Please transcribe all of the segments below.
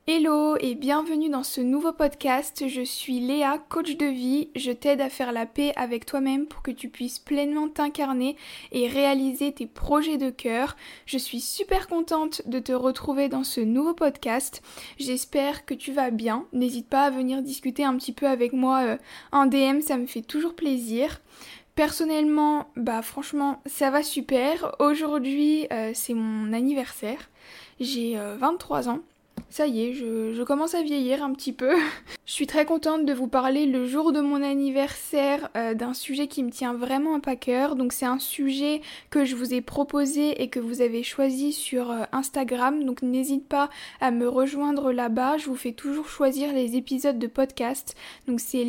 Hello et bienvenue dans ce nouveau podcast. Je suis Léa, coach de vie. Je t'aide à faire la paix avec toi-même pour que tu puisses pleinement t'incarner et réaliser tes projets de cœur. Je suis super contente de te retrouver dans ce nouveau podcast. J'espère que tu vas bien. N'hésite pas à venir discuter un petit peu avec moi en DM, ça me fait toujours plaisir. Personnellement, franchement, ça va super. Aujourd'hui, c'est mon anniversaire. J'ai 23 ans. Ça y est, je commence à vieillir un petit peu. Je suis très contente de vous parler le jour de mon anniversaire d'un sujet qui me tient vraiment à cœur. Donc c'est un sujet que je vous ai proposé et que vous avez choisi sur Instagram. Donc n'hésite pas à me rejoindre là-bas. Je vous fais toujours choisir les épisodes de podcast. Donc c'est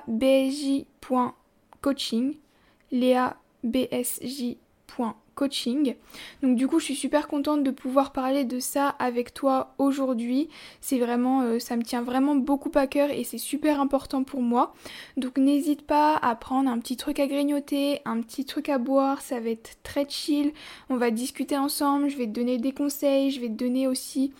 leabsj.coaching. leabsj.coaching. Donc du coup je suis super contente de pouvoir parler de ça avec toi aujourd'hui. C'est vraiment, ça me tient vraiment beaucoup à cœur et c'est super important pour moi. Donc n'hésite pas à prendre un petit truc à grignoter, un petit truc à boire, ça va être très chill. On va discuter ensemble, je vais te donner des conseils, je vais te donner aussi...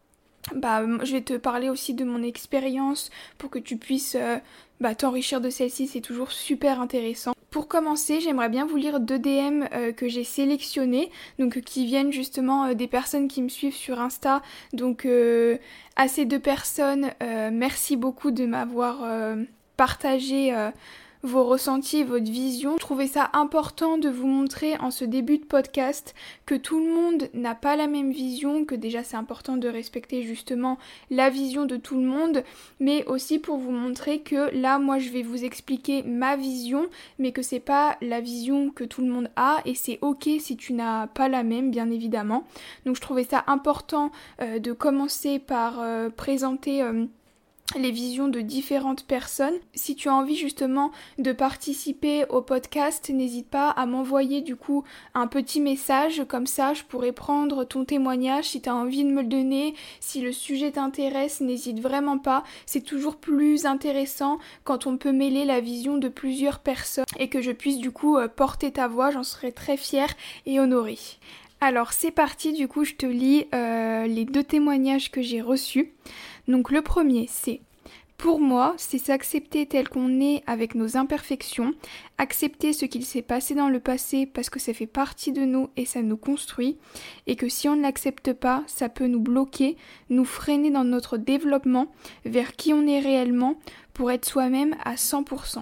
je vais te parler aussi de mon expérience pour que tu puisses t'enrichir de celle-ci, c'est toujours super intéressant. Pour commencer, j'aimerais bien vous lire 2 DM que j'ai sélectionnés, donc qui viennent justement des personnes qui me suivent sur Insta. Donc à ces 2 personnes, merci beaucoup de m'avoir partagé vos ressentis, votre vision. Je trouvais ça important de vous montrer en ce début de podcast que tout le monde n'a pas la même vision, que déjà c'est important de respecter justement la vision de tout le monde, mais aussi pour vous montrer que là, moi je vais vous expliquer ma vision, mais que c'est pas la vision que tout le monde a, et c'est ok si tu n'as pas la même, bien évidemment. Donc je trouvais ça important de commencer par présenter... les visions de différentes personnes. Si tu as envie justement de participer au podcast, n'hésite pas à m'envoyer du coup un petit message, comme ça je pourrais prendre ton témoignage si tu as envie de me le donner, si le sujet t'intéresse, n'hésite vraiment pas. C'est toujours plus intéressant quand on peut mêler la vision de plusieurs personnes et que je puisse du coup porter ta voix, j'en serais très fière et honorée. Alors c'est parti, du coup je te lis les 2 témoignages que j'ai reçus. Donc le premier c'est: pour moi, c'est s'accepter tel qu'on est avec nos imperfections, accepter ce qu'il s'est passé dans le passé parce que ça fait partie de nous et ça nous construit, et que si on ne l'accepte pas, ça peut nous bloquer, nous freiner dans notre développement vers qui on est réellement pour être soi-même à 100%.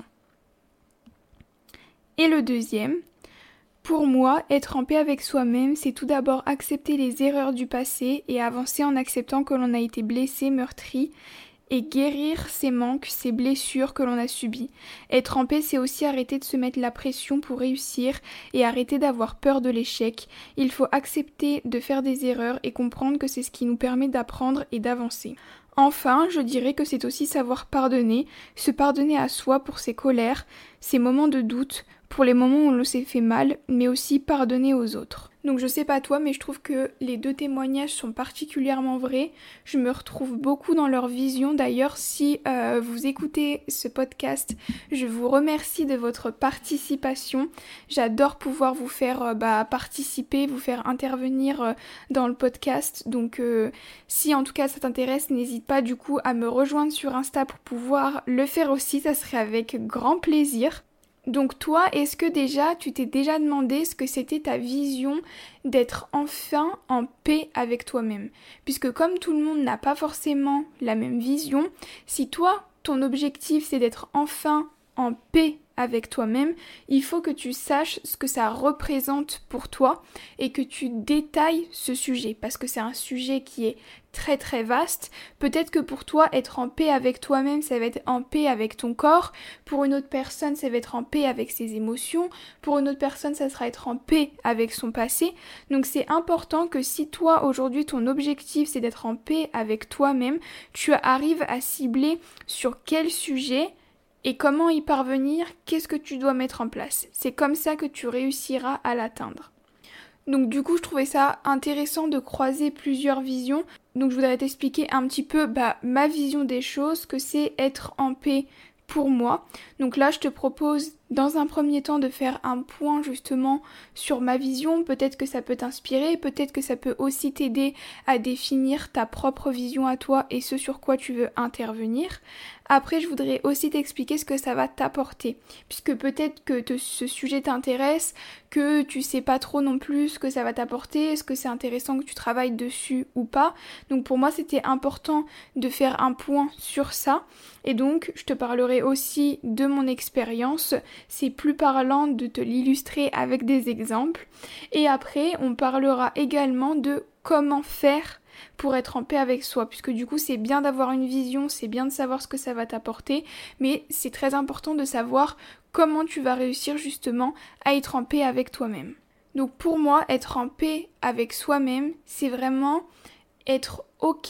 Et le deuxième: pour moi, être en paix avec soi-même, c'est tout d'abord accepter les erreurs du passé et avancer en acceptant que l'on a été blessé, meurtri, et guérir ses manques, ses blessures que l'on a subies. Être en paix, c'est aussi arrêter de se mettre la pression pour réussir et arrêter d'avoir peur de l'échec. Il faut accepter de faire des erreurs et comprendre que c'est ce qui nous permet d'apprendre et d'avancer. Enfin, je dirais que c'est aussi savoir pardonner, se pardonner à soi pour ses colères, ses moments de doute, pour les moments où l'on s'est fait mal, mais aussi pardonner aux autres. Donc je sais pas toi, mais je trouve que les 2 témoignages sont particulièrement vrais. Je me retrouve beaucoup dans leur vision. D'ailleurs, si vous écoutez ce podcast, je vous remercie de votre participation. J'adore pouvoir vous faire participer, vous faire intervenir dans le podcast. Donc si en tout cas ça t'intéresse, n'hésite pas du coup à me rejoindre sur Insta pour pouvoir le faire aussi. Ça serait avec grand plaisir. Donc toi, est-ce que déjà tu t'es déjà demandé ce que c'était ta vision d'être enfin en paix avec toi-même? Puisque comme tout le monde n'a pas forcément la même vision, si toi, ton objectif c'est d'être enfin en paix avec toi-même, il faut que tu saches ce que ça représente pour toi et que tu détailles ce sujet, parce que c'est un sujet qui est très très vaste. Peut-être que pour toi, être en paix avec toi-même, ça va être en paix avec ton corps. Pour une autre personne, ça va être en paix avec ses émotions. Pour une autre personne, ça sera être en paix avec son passé. Donc c'est important que si toi, aujourd'hui, ton objectif, c'est d'être en paix avec toi-même, tu arrives à cibler sur quel sujet et comment y parvenir, qu'est-ce que tu dois mettre en place. C'est comme ça que tu réussiras à l'atteindre. Donc du coup, je trouvais ça intéressant de croiser plusieurs visions. Donc je voudrais t'expliquer un petit peu ma vision des choses, que c'est être en paix pour moi. Donc là, je te propose dans un premier temps de faire un point justement sur ma vision, peut-être que ça peut t'inspirer, peut-être que ça peut aussi t'aider à définir ta propre vision à toi et ce sur quoi tu veux intervenir. Après, je voudrais aussi t'expliquer ce que ça va t'apporter, puisque peut-être que ce sujet t'intéresse, que tu sais pas trop non plus ce que ça va t'apporter, est-ce que c'est intéressant que tu travailles dessus ou pas. Donc pour moi, c'était important de faire un point sur ça. Et donc, je te parlerai aussi de mon expérience. C'est plus parlant de te l'illustrer avec des exemples. Et après, on parlera également de comment faire pour être en paix avec soi, puisque du coup c'est bien d'avoir une vision, c'est bien de savoir ce que ça va t'apporter, mais c'est très important de savoir comment tu vas réussir justement à être en paix avec toi-même. Donc pour moi, être en paix avec soi-même, c'est vraiment être ok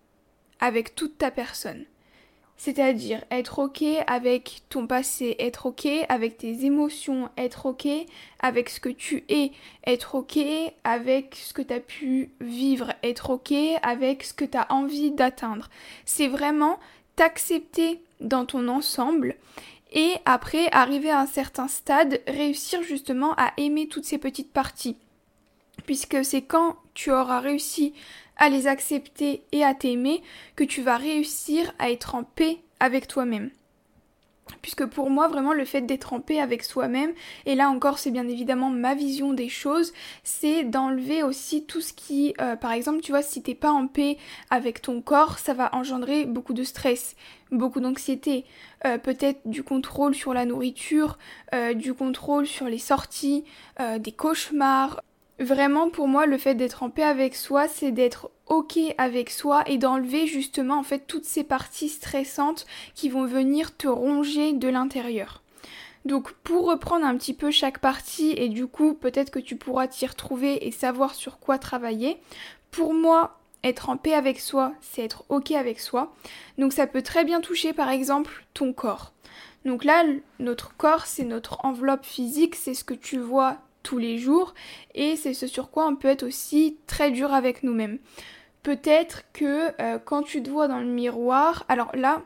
avec toute ta personne. C'est-à-dire être ok avec ton passé, être ok avec tes émotions, être ok avec ce que tu es, être ok avec ce que tu as pu vivre, être ok avec ce que tu as envie d'atteindre. C'est vraiment t'accepter dans ton ensemble et après arriver à un certain stade, réussir justement à aimer toutes ces petites parties. Puisque c'est quand tu auras réussi à les accepter et à t'aimer que tu vas réussir à être en paix avec toi-même. Puisque pour moi, vraiment, le fait d'être en paix avec soi-même, et là encore, c'est bien évidemment ma vision des choses, c'est d'enlever aussi tout ce qui, par exemple, tu vois, si t'es pas en paix avec ton corps, ça va engendrer beaucoup de stress, beaucoup d'anxiété, peut-être du contrôle sur la nourriture, du contrôle sur les sorties, des cauchemars. Vraiment, pour moi, le fait d'être en paix avec soi, c'est d'être ok avec soi et d'enlever justement en fait toutes ces parties stressantes qui vont venir te ronger de l'intérieur. Donc pour reprendre un petit peu chaque partie et du coup peut-être que tu pourras t'y retrouver et savoir sur quoi travailler, pour moi être en paix avec soi, c'est être ok avec soi. Donc ça peut très bien toucher par exemple ton corps. Donc là, notre corps, c'est notre enveloppe physique, c'est ce que tu vois tous les jours et c'est ce sur quoi on peut être aussi très dur avec nous-mêmes. Peut-être que quand tu te vois dans le miroir, alors là,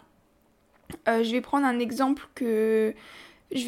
je vais prendre un exemple je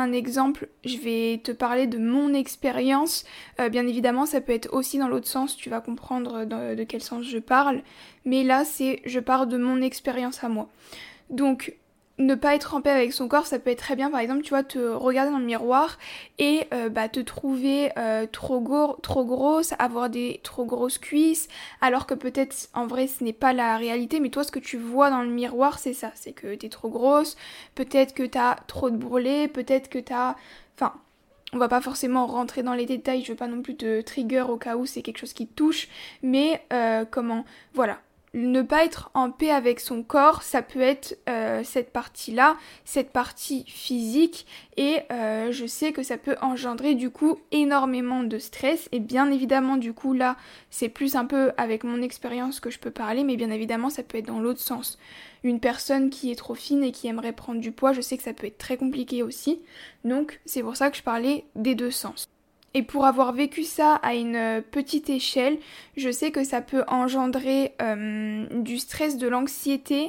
vais te parler de mon expérience. Bien évidemment, ça peut être aussi dans l'autre sens, tu vas comprendre de quel sens je parle. Mais là, je pars de mon expérience à moi. Donc, ne pas être en paix avec son corps, ça peut être très bien, par exemple, tu vois, te regarder dans le miroir et te trouver trop grosse, avoir des trop grosses cuisses, alors que peut-être, en vrai, ce n'est pas la réalité, mais toi, ce que tu vois dans le miroir, c'est ça, c'est que t'es trop grosse, peut-être que t'as trop de bourrelets, peut-être que t'as... Enfin, on va pas forcément rentrer dans les détails, je veux pas non plus te trigger au cas où c'est quelque chose qui te touche, mais voilà. Ne pas être en paix avec son corps, ça peut être cette partie-là, cette partie physique, et je sais que ça peut engendrer du coup énormément de stress, et bien évidemment du coup là, c'est plus un peu avec mon expérience que je peux parler, mais bien évidemment ça peut être dans l'autre sens. Une personne qui est trop fine et qui aimerait prendre du poids, je sais que ça peut être très compliqué aussi, donc c'est pour ça que je parlais des deux sens. Et pour avoir vécu ça à une petite échelle, je sais que ça peut engendrer du stress, de l'anxiété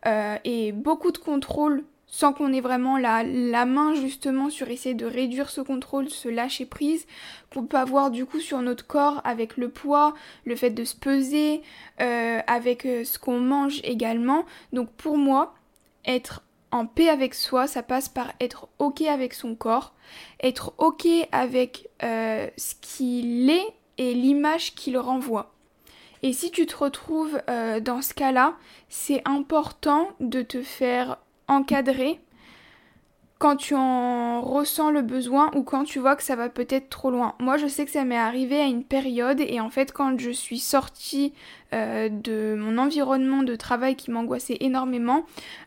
et beaucoup de contrôle sans qu'on ait vraiment la main justement sur essayer de réduire ce contrôle, ce lâcher prise qu'on peut avoir du coup sur notre corps avec le poids, le fait de se peser, avec ce qu'on mange également. Donc pour moi, être en paix avec soi, ça passe par être ok avec son corps, être ok avec ce qu'il est et l'image qu'il renvoie. Et si tu te retrouves dans ce cas-là, c'est important de te faire encadrer quand tu en ressens le besoin ou quand tu vois que ça va peut-être trop loin. Moi, je sais que ça m'est arrivé à une période et en fait, quand je suis sortie de mon environnement de travail qui m'angoissait énormément,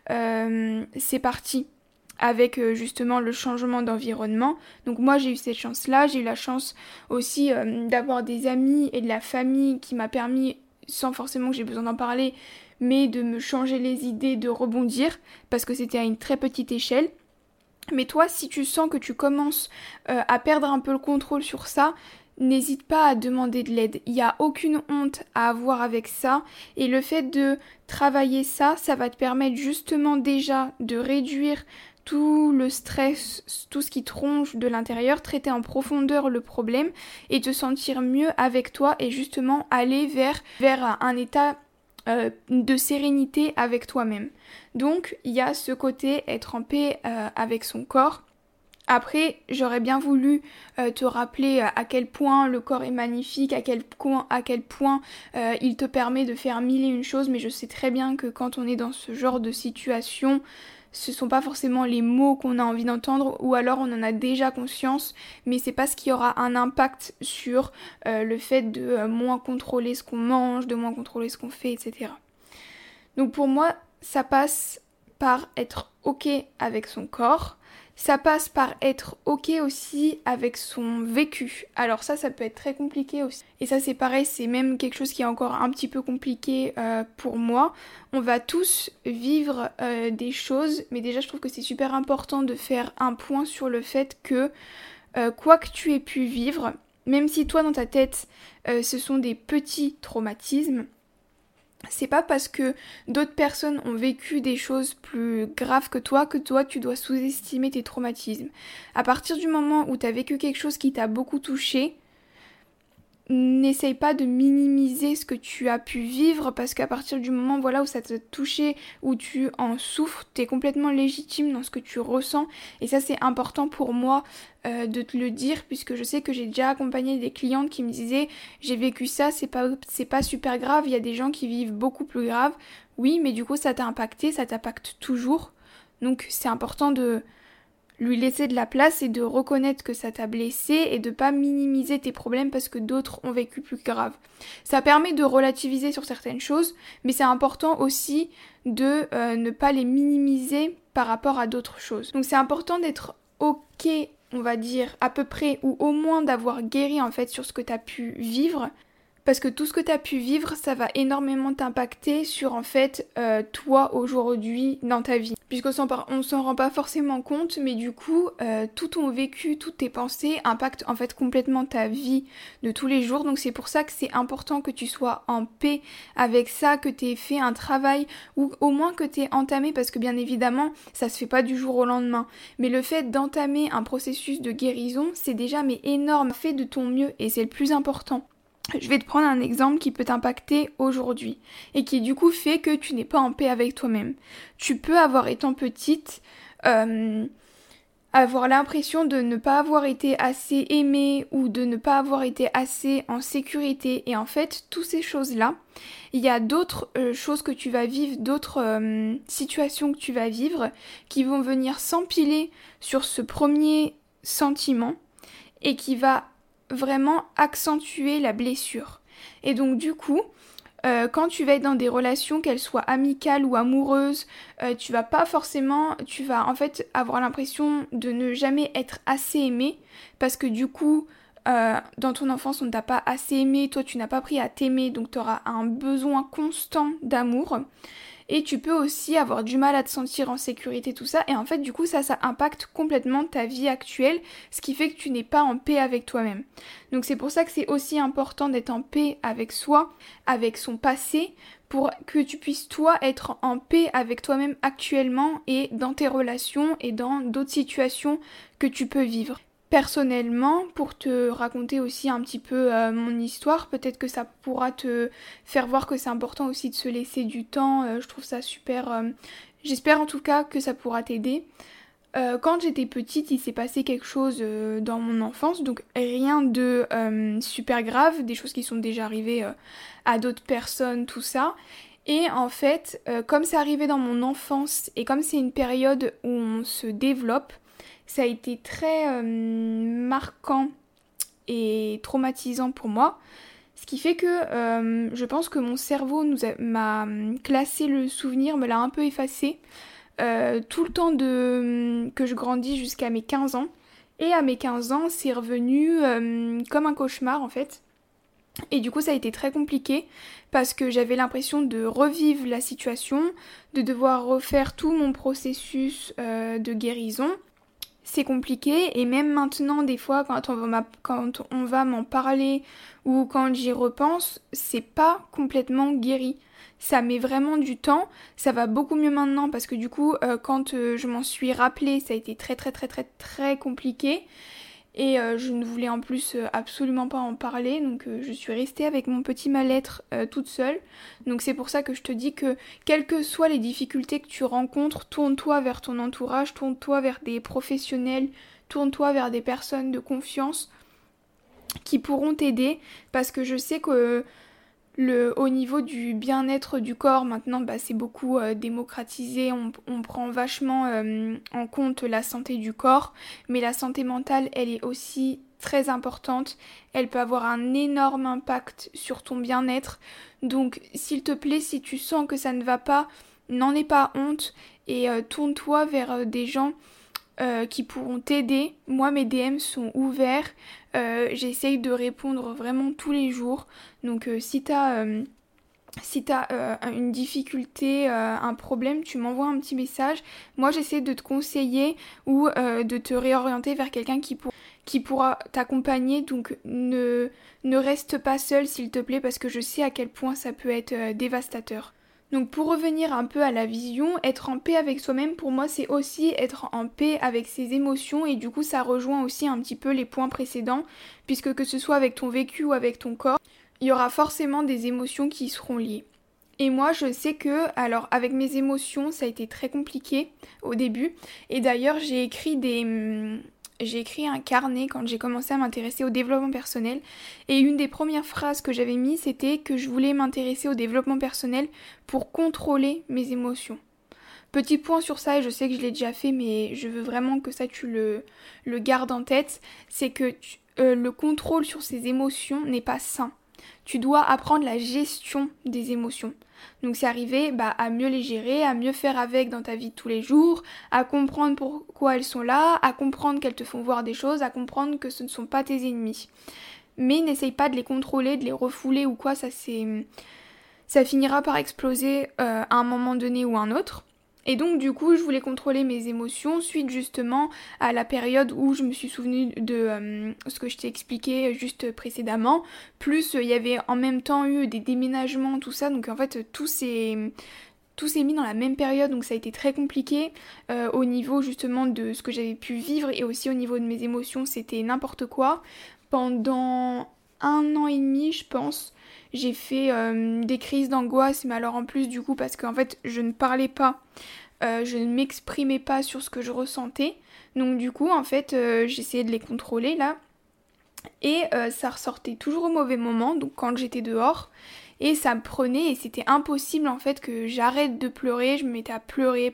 c'est parti avec justement le changement d'environnement. Donc moi, j'ai eu cette chance-là. J'ai eu la chance aussi d'avoir des amis et de la famille qui m'a permis, sans forcément que j'ai besoin d'en parler, mais de me changer les idées, de rebondir, parce que c'était à une très petite échelle. Mais toi, si tu sens que tu commences à perdre un peu le contrôle sur ça, n'hésite pas à demander de l'aide. Il n'y a aucune honte à avoir avec ça. Et le fait de travailler ça, ça va te permettre justement déjà de réduire tout le stress, tout ce qui te ronge de l'intérieur, traiter en profondeur le problème et te sentir mieux avec toi et justement aller vers un état de sérénité avec toi-même. Donc il y a ce côté être en paix avec son corps. Après, j'aurais bien voulu te rappeler à quel point le corps est magnifique, à quel point il te permet de faire mille et une choses, mais je sais très bien que quand on est dans ce genre de situation, ce sont pas forcément les mots qu'on a envie d'entendre, ou alors on en a déjà conscience, mais c'est pas ce qui aura un impact sur le fait de moins contrôler ce qu'on mange, de moins contrôler ce qu'on fait, etc. Donc pour moi, ça passe par être ok avec son corps, ça passe par être ok aussi avec son vécu. Alors ça peut être très compliqué aussi. Et ça c'est pareil, c'est même quelque chose qui est encore un petit peu compliqué pour moi. On va tous vivre des choses, mais déjà je trouve que c'est super important de faire un point sur le fait que quoi que tu aies pu vivre, même si toi dans ta tête ce sont des petits traumatismes, c'est pas parce que d'autres personnes ont vécu des choses plus graves que toi tu dois sous-estimer tes traumatismes. À partir du moment où t'as vécu quelque chose qui t'a beaucoup touché, n'essaye pas de minimiser ce que tu as pu vivre parce qu'à partir du moment où ça t'a touché, où tu en souffres, t'es complètement légitime dans ce que tu ressens et ça c'est important pour moi de te le dire puisque je sais que j'ai déjà accompagné des clientes qui me disaient j'ai vécu ça, c'est pas super grave, il y a des gens qui vivent beaucoup plus grave. Oui, mais du coup ça t'a impacté, ça t'impacte toujours. Donc c'est important de lui laisser de la place et de reconnaître que ça t'a blessé et de pas minimiser tes problèmes parce que d'autres ont vécu plus grave. Ça permet de relativiser sur certaines choses, mais c'est important aussi de ne pas les minimiser par rapport à d'autres choses. Donc c'est important d'être ok, on va dire, à peu près, ou au moins d'avoir guéri en fait sur ce que t'as pu vivre. Parce que tout ce que tu as pu vivre, ça va énormément t'impacter sur en fait toi aujourd'hui dans ta vie. Puisqu'on s'en rend pas forcément compte, mais du coup tout ton vécu, toutes tes pensées impactent en fait complètement ta vie de tous les jours. Donc c'est pour ça que c'est important que tu sois en paix avec ça, que tu aies fait un travail ou au moins que tu aies entamé, parce que bien évidemment ça se fait pas du jour au lendemain. Mais le fait d'entamer un processus de guérison, c'est déjà énorme. Fais de ton mieux et c'est le plus important. Je vais te prendre un exemple qui peut t'impacter aujourd'hui et qui du coup fait que tu n'es pas en paix avec toi-même. Tu peux avoir étant petite, avoir l'impression de ne pas avoir été assez aimée ou de ne pas avoir été assez en sécurité. Et en fait, toutes ces choses-là, il y a d'autres choses que tu vas vivre, d'autres situations que tu vas vivre qui vont venir s'empiler sur ce premier sentiment et qui va vraiment accentuer la blessure. Et donc du coup, quand tu vas être dans des relations, qu'elles soient amicales ou amoureuses, tu vas en fait avoir l'impression de ne jamais être assez aimé parce que du coup, dans ton enfance, on ne t'a pas assez aimé, toi tu n'as pas appris à t'aimer, donc tu auras un besoin constant d'amour. Et tu peux aussi avoir du mal à te sentir en sécurité, tout ça. Et en fait, du coup, ça impacte complètement ta vie actuelle, ce qui fait que tu n'es pas en paix avec toi-même. Donc c'est pour ça que c'est aussi important d'être en paix avec soi, avec son passé, pour que tu puisses toi être en paix avec toi-même actuellement et dans tes relations et dans d'autres situations que tu peux vivre. Personnellement, pour te raconter aussi un petit peu mon histoire, peut-être que ça pourra te faire voir que c'est important aussi de se laisser du temps, je trouve ça super, j'espère en tout cas que ça pourra t'aider. Quand j'étais petite, il s'est passé quelque chose dans mon enfance, donc rien de super grave, des choses qui sont déjà arrivées à d'autres personnes, tout ça. Et en fait, comme c'est arrivé dans mon enfance et comme c'est une période où on se développe, ça a été très marquant et traumatisant pour moi. Ce qui fait que je pense que mon cerveau m'a classé le souvenir, me l'a un peu effacé tout le temps que je grandis jusqu'à mes 15 ans. Et à mes 15 ans, c'est revenu comme un cauchemar en fait. Et du coup, ça a été très compliqué parce que j'avais l'impression de revivre la situation, de devoir refaire tout mon processus de guérison. C'est compliqué et même maintenant des fois quand on va m'en parler ou quand j'y repense, c'est pas complètement guéri. Ça met vraiment du temps, ça va beaucoup mieux maintenant parce que du coup quand je m'en suis rappelée, ça a été très très très très très compliqué. Et je ne voulais en plus absolument pas en parler, donc je suis restée avec mon petit mal-être toute seule. Donc c'est pour ça que je te dis que quelles que soient les difficultés que tu rencontres, tourne-toi vers ton entourage, tourne-toi vers des professionnels, tourne-toi vers des personnes de confiance qui pourront t'aider, parce que je sais que au niveau du bien-être du corps, maintenant, c'est beaucoup démocratisé, on prend vachement en compte la santé du corps, mais la santé mentale, elle est aussi très importante, elle peut avoir un énorme impact sur ton bien-être, donc s'il te plaît, si tu sens que ça ne va pas, n'en aie pas honte, et tourne-toi vers des gens qui pourront t'aider. Moi, mes DM sont ouverts. J'essaye de répondre vraiment tous les jours. Donc, si t'as une difficulté, un problème, tu m'envoies un petit message. Moi, j'essaie de te conseiller ou de te réorienter vers quelqu'un qui pourra t'accompagner. Donc, ne reste pas seul, s'il te plaît, parce que je sais à quel point ça peut être dévastateur. Donc pour revenir un peu à la vision, être en paix avec soi-même, pour moi c'est aussi être en paix avec ses émotions et du coup ça rejoint aussi un petit peu les points précédents, puisque que ce soit avec ton vécu ou avec ton corps, il y aura forcément des émotions qui y seront liées. Et moi je sais que, alors avec mes émotions ça a été très compliqué au début, et d'ailleurs j'ai écrit un carnet quand j'ai commencé à m'intéresser au développement personnel et une des premières phrases que j'avais mis c'était que je voulais m'intéresser au développement personnel pour contrôler mes émotions. Petit point sur ça, et je sais que je l'ai déjà fait mais je veux vraiment que ça tu le gardes en tête, c'est que le contrôle sur ces émotions n'est pas sain. Tu dois apprendre la gestion des émotions. Donc c'est arriver à mieux les gérer, à mieux faire avec dans ta vie de tous les jours, à comprendre pourquoi elles sont là, à comprendre qu'elles te font voir des choses, à comprendre que ce ne sont pas tes ennemis. Mais n'essaye pas de les contrôler, de les refouler ou quoi, ça finira par exploser à un moment donné ou un autre. Et donc du coup je voulais contrôler mes émotions suite justement à la période où je me suis souvenue de ce que je t'ai expliqué juste précédemment, plus il y avait en même temps eu des déménagements, tout ça, donc en fait tout s'est mis dans la même période, donc ça a été très compliqué au niveau justement de ce que j'avais pu vivre et aussi au niveau de mes émotions, c'était n'importe quoi. Pendant 1 an et demi je pense, j'ai fait des crises d'angoisse, mais alors en plus du coup parce qu'en fait je ne parlais pas, je ne m'exprimais pas sur ce que je ressentais, donc du coup en fait j'essayais de les contrôler là, et ça ressortait toujours au mauvais moment, donc quand j'étais dehors, et ça me prenait et c'était impossible en fait que j'arrête de pleurer, je me mettais à pleurer,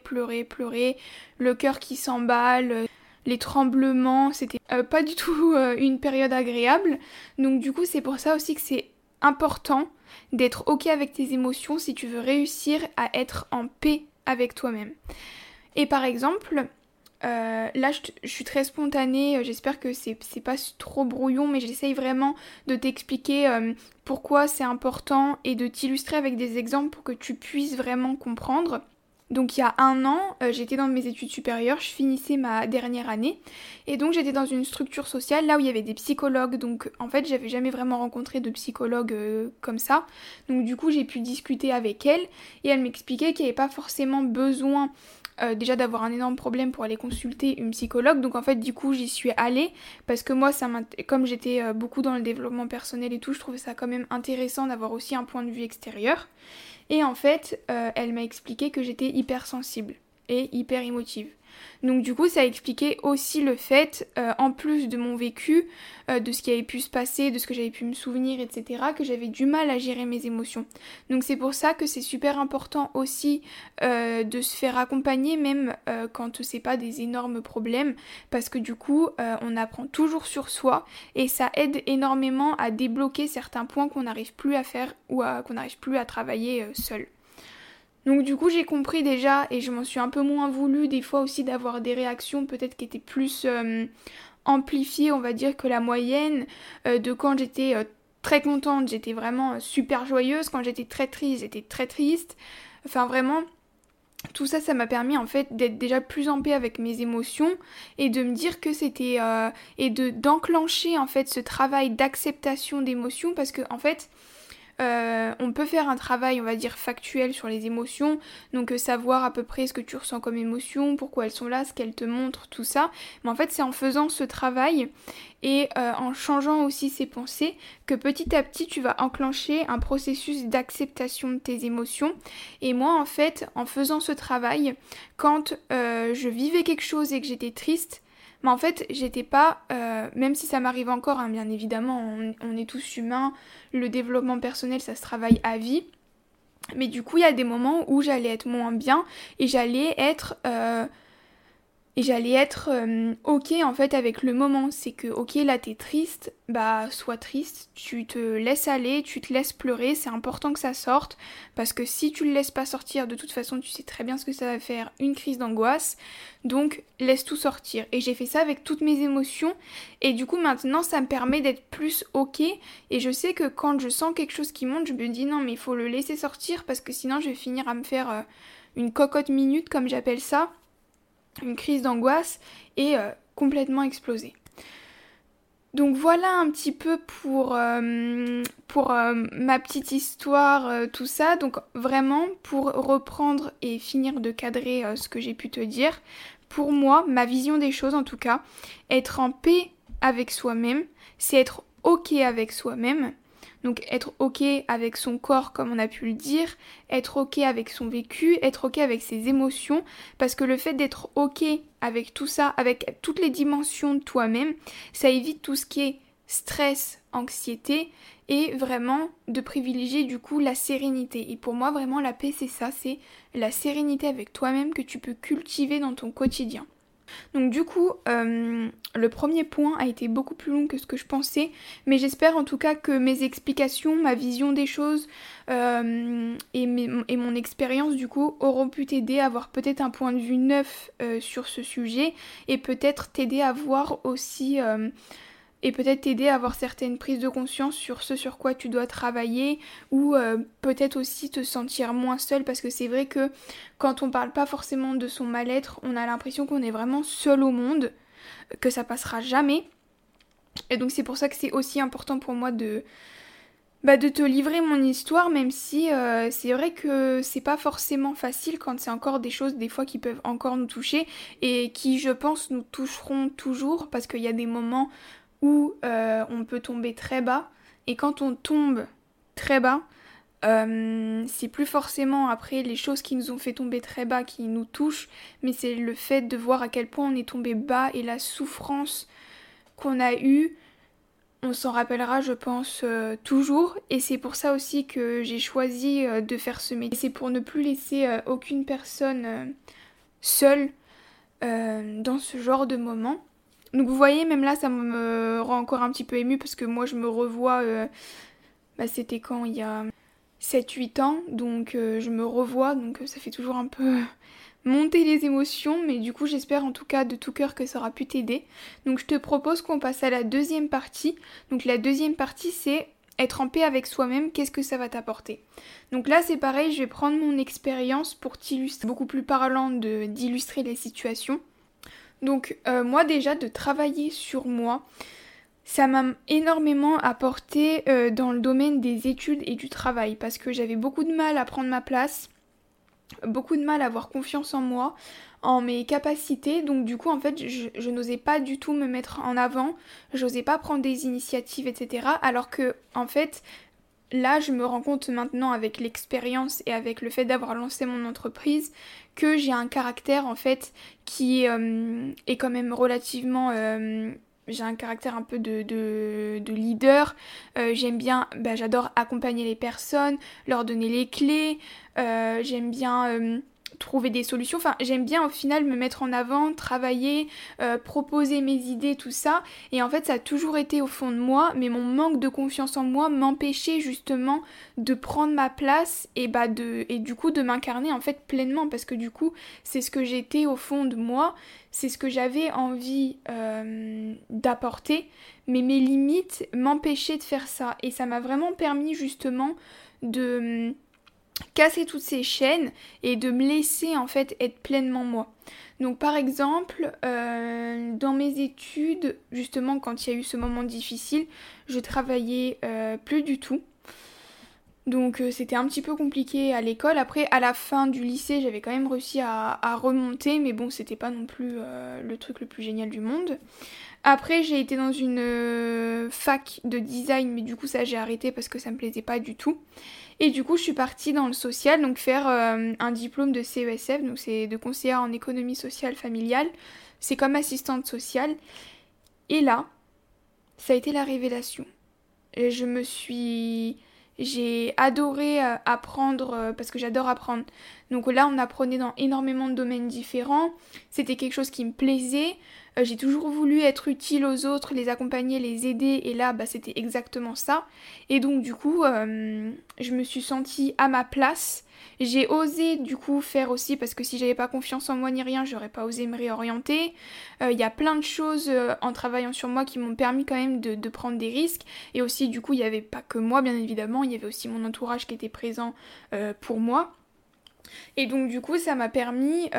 le cœur qui s'emballe, les tremblements, c'était pas du tout une période agréable, donc du coup c'est pour ça aussi que c'est important d'être ok avec tes émotions si tu veux réussir à être en paix avec toi-même. Et par exemple, là je suis très spontanée, j'espère que c'est pas trop brouillon, mais j'essaye vraiment de t'expliquer pourquoi c'est important et de t'illustrer avec des exemples pour que tu puisses vraiment comprendre. Donc il y a 1 an, j'étais dans mes études supérieures, je finissais ma dernière année, et donc j'étais dans une structure sociale là où il y avait des psychologues, donc en fait j'avais jamais vraiment rencontré de psychologue comme ça, donc du coup j'ai pu discuter avec elle, et elle m'expliquait qu'il n'y avait pas forcément besoin déjà d'avoir un énorme problème pour aller consulter une psychologue, donc en fait du coup j'y suis allée, parce que moi comme j'étais beaucoup dans le développement personnel et tout, je trouvais ça quand même intéressant d'avoir aussi un point de vue extérieur. Et en fait, elle m'a expliqué que j'étais hypersensible et hyper émotive. Donc du coup, ça a expliqué aussi le fait, en plus de mon vécu, de ce qui avait pu se passer, de ce que j'avais pu me souvenir, etc., que j'avais du mal à gérer mes émotions. Donc c'est pour ça que c'est super important aussi de se faire accompagner, même quand c'est pas des énormes problèmes, parce que du coup, on apprend toujours sur soi, et ça aide énormément à débloquer certains points qu'on n'arrive plus à faire ou qu'on n'arrive plus à travailler seul. Donc du coup j'ai compris déjà, et je m'en suis un peu moins voulu des fois aussi d'avoir des réactions peut-être qui étaient plus amplifiées on va dire que la moyenne, de quand j'étais très contente j'étais vraiment super joyeuse, quand j'étais très triste j'étais très triste, enfin vraiment tout ça ça m'a permis en fait d'être déjà plus en paix avec mes émotions et de me dire que c'était d'enclencher en fait ce travail d'acceptation d'émotions, parce que en fait On peut faire un travail, on va dire, factuel sur les émotions, donc savoir à peu près ce que tu ressens comme émotion, pourquoi elles sont là, ce qu'elles te montrent, tout ça. Mais en fait, c'est en faisant ce travail et en changeant aussi ses pensées que petit à petit, tu vas enclencher un processus d'acceptation de tes émotions. Et moi, en fait, en faisant ce travail, quand je vivais quelque chose et que j'étais triste, mais en fait, j'étais pas, même si ça m'arrive encore, hein, bien évidemment, on est tous humains, le développement personnel, ça se travaille à vie. Mais du coup, il y a des moments où j'allais être moins bien et j'allais être ok en fait avec le moment. C'est que ok là t'es triste, bah sois triste, tu te laisses aller, tu te laisses pleurer, c'est important que ça sorte parce que si tu le laisses pas sortir, de toute façon tu sais très bien ce que ça va faire, une crise d'angoisse. Donc laisse tout sortir. Et j'ai fait ça avec toutes mes émotions et du coup maintenant ça me permet d'être plus ok et je sais que quand je sens quelque chose qui monte, je me dis non mais il faut le laisser sortir parce que sinon je vais finir à me faire une cocotte minute comme j'appelle ça, une crise d'angoisse et complètement explosée. Donc voilà un petit peu pour ma petite histoire, tout ça. Donc vraiment, pour reprendre et finir de cadrer ce que j'ai pu te dire, pour moi, ma vision des choses en tout cas, être en paix avec soi-même, c'est être ok avec soi-même. Donc être ok avec son corps comme on a pu le dire, être ok avec son vécu, être ok avec ses émotions, parce que le fait d'être ok avec tout ça, avec toutes les dimensions de toi-même, ça évite tout ce qui est stress, anxiété et vraiment de privilégier du coup la sérénité. Et pour moi vraiment la paix c'est ça, c'est la sérénité avec toi-même que tu peux cultiver dans ton quotidien. Donc du coup, le premier point a été beaucoup plus long que ce que je pensais, mais j'espère en tout cas que mes explications, ma vision des choses et mon expérience du coup auront pu t'aider à avoir peut-être un point de vue neuf sur ce sujet et peut-être t'aider à voir aussi et peut-être t'aider à avoir certaines prises de conscience sur ce sur quoi tu dois travailler ou peut-être aussi te sentir moins seul parce que c'est vrai que quand on parle pas forcément de son mal-être, on a l'impression qu'on est vraiment seul au monde, que ça passera jamais. Et donc c'est pour ça que c'est aussi important pour moi de te livrer mon histoire, même si c'est vrai que c'est pas forcément facile quand c'est encore des choses des fois qui peuvent encore nous toucher et qui je pense nous toucheront toujours parce qu'il y a des moments où on peut tomber très bas et quand on tombe très bas, c'est plus forcément après les choses qui nous ont fait tomber très bas qui nous touchent, mais c'est le fait de voir à quel point on est tombé bas et la souffrance qu'on a eue, on s'en rappellera je pense toujours et c'est pour ça aussi que j'ai choisi de faire ce métier. C'est pour ne plus laisser aucune personne seule dans ce genre de moment. Donc vous voyez, même là, ça me rend encore un petit peu émue parce que moi, je me revois, c'était quand il y a 7-8 ans, donc je me revois, donc ça fait toujours un peu monter les émotions, mais du coup, j'espère en tout cas de tout cœur que ça aura pu t'aider. Donc je te propose qu'on passe à la deuxième partie. Donc la deuxième partie, c'est être en paix avec soi-même, qu'est-ce que ça va t'apporter? Donc là, c'est pareil, je vais prendre mon expérience pour t'illustrer, beaucoup plus parlant d'illustrer les situations. Donc moi déjà de travailler sur moi, ça m'a énormément apporté dans le domaine des études et du travail parce que j'avais beaucoup de mal à prendre ma place, beaucoup de mal à avoir confiance en moi, en mes capacités, donc du coup en fait je n'osais pas du tout me mettre en avant, j'osais pas prendre des initiatives etc. Alors que en fait là, je me rends compte maintenant avec l'expérience et avec le fait d'avoir lancé mon entreprise que j'ai un caractère en fait qui est quand même relativement... j'ai un caractère un peu de leader. J'aime bien, j'adore accompagner les personnes, leur donner les clés. J'aime bien trouver des solutions. Enfin, j'aime bien au final me mettre en avant, travailler, proposer mes idées, tout ça. Et en fait, ça a toujours été au fond de moi, mais mon manque de confiance en moi m'empêchait justement de prendre ma place et du coup de m'incarner en fait pleinement parce que du coup, c'est ce que j'étais au fond de moi, c'est ce que j'avais envie d'apporter, mais mes limites m'empêchaient de faire ça. Et ça m'a vraiment permis justement de casser toutes ces chaînes et de me laisser en fait être pleinement moi. Donc par exemple, dans mes études, justement quand il y a eu ce moment difficile, je travaillais plus du tout. Donc c'était un petit peu compliqué à l'école. Après, à la fin du lycée, j'avais quand même réussi à remonter, mais bon, c'était pas non plus le truc le plus génial du monde. Après, j'ai été dans une fac de design, mais du coup, ça j'ai arrêté parce que ça me plaisait pas du tout. Et du coup, je suis partie dans le social, donc faire un diplôme de CESF, donc c'est de conseillère en économie sociale familiale. C'est comme assistante sociale. Et là, ça a été la révélation. Et j'ai adoré apprendre parce que j'adore apprendre. Donc là, on apprenait dans énormément de domaines différents. C'était quelque chose qui me plaisait. J'ai toujours voulu être utile aux autres, les accompagner, les aider. Et là, c'était exactement ça. Et donc, du coup, je me suis sentie à ma place. J'ai osé, du coup, faire aussi, parce que si j'avais pas confiance en moi ni rien, j'aurais pas osé me réorienter. Il y a plein de choses en travaillant sur moi qui m'ont permis quand même de prendre des risques. Et aussi, du coup, il n'y avait pas que moi, bien évidemment, il y avait aussi mon entourage qui était présent pour moi. Et donc, du coup, ça m'a permis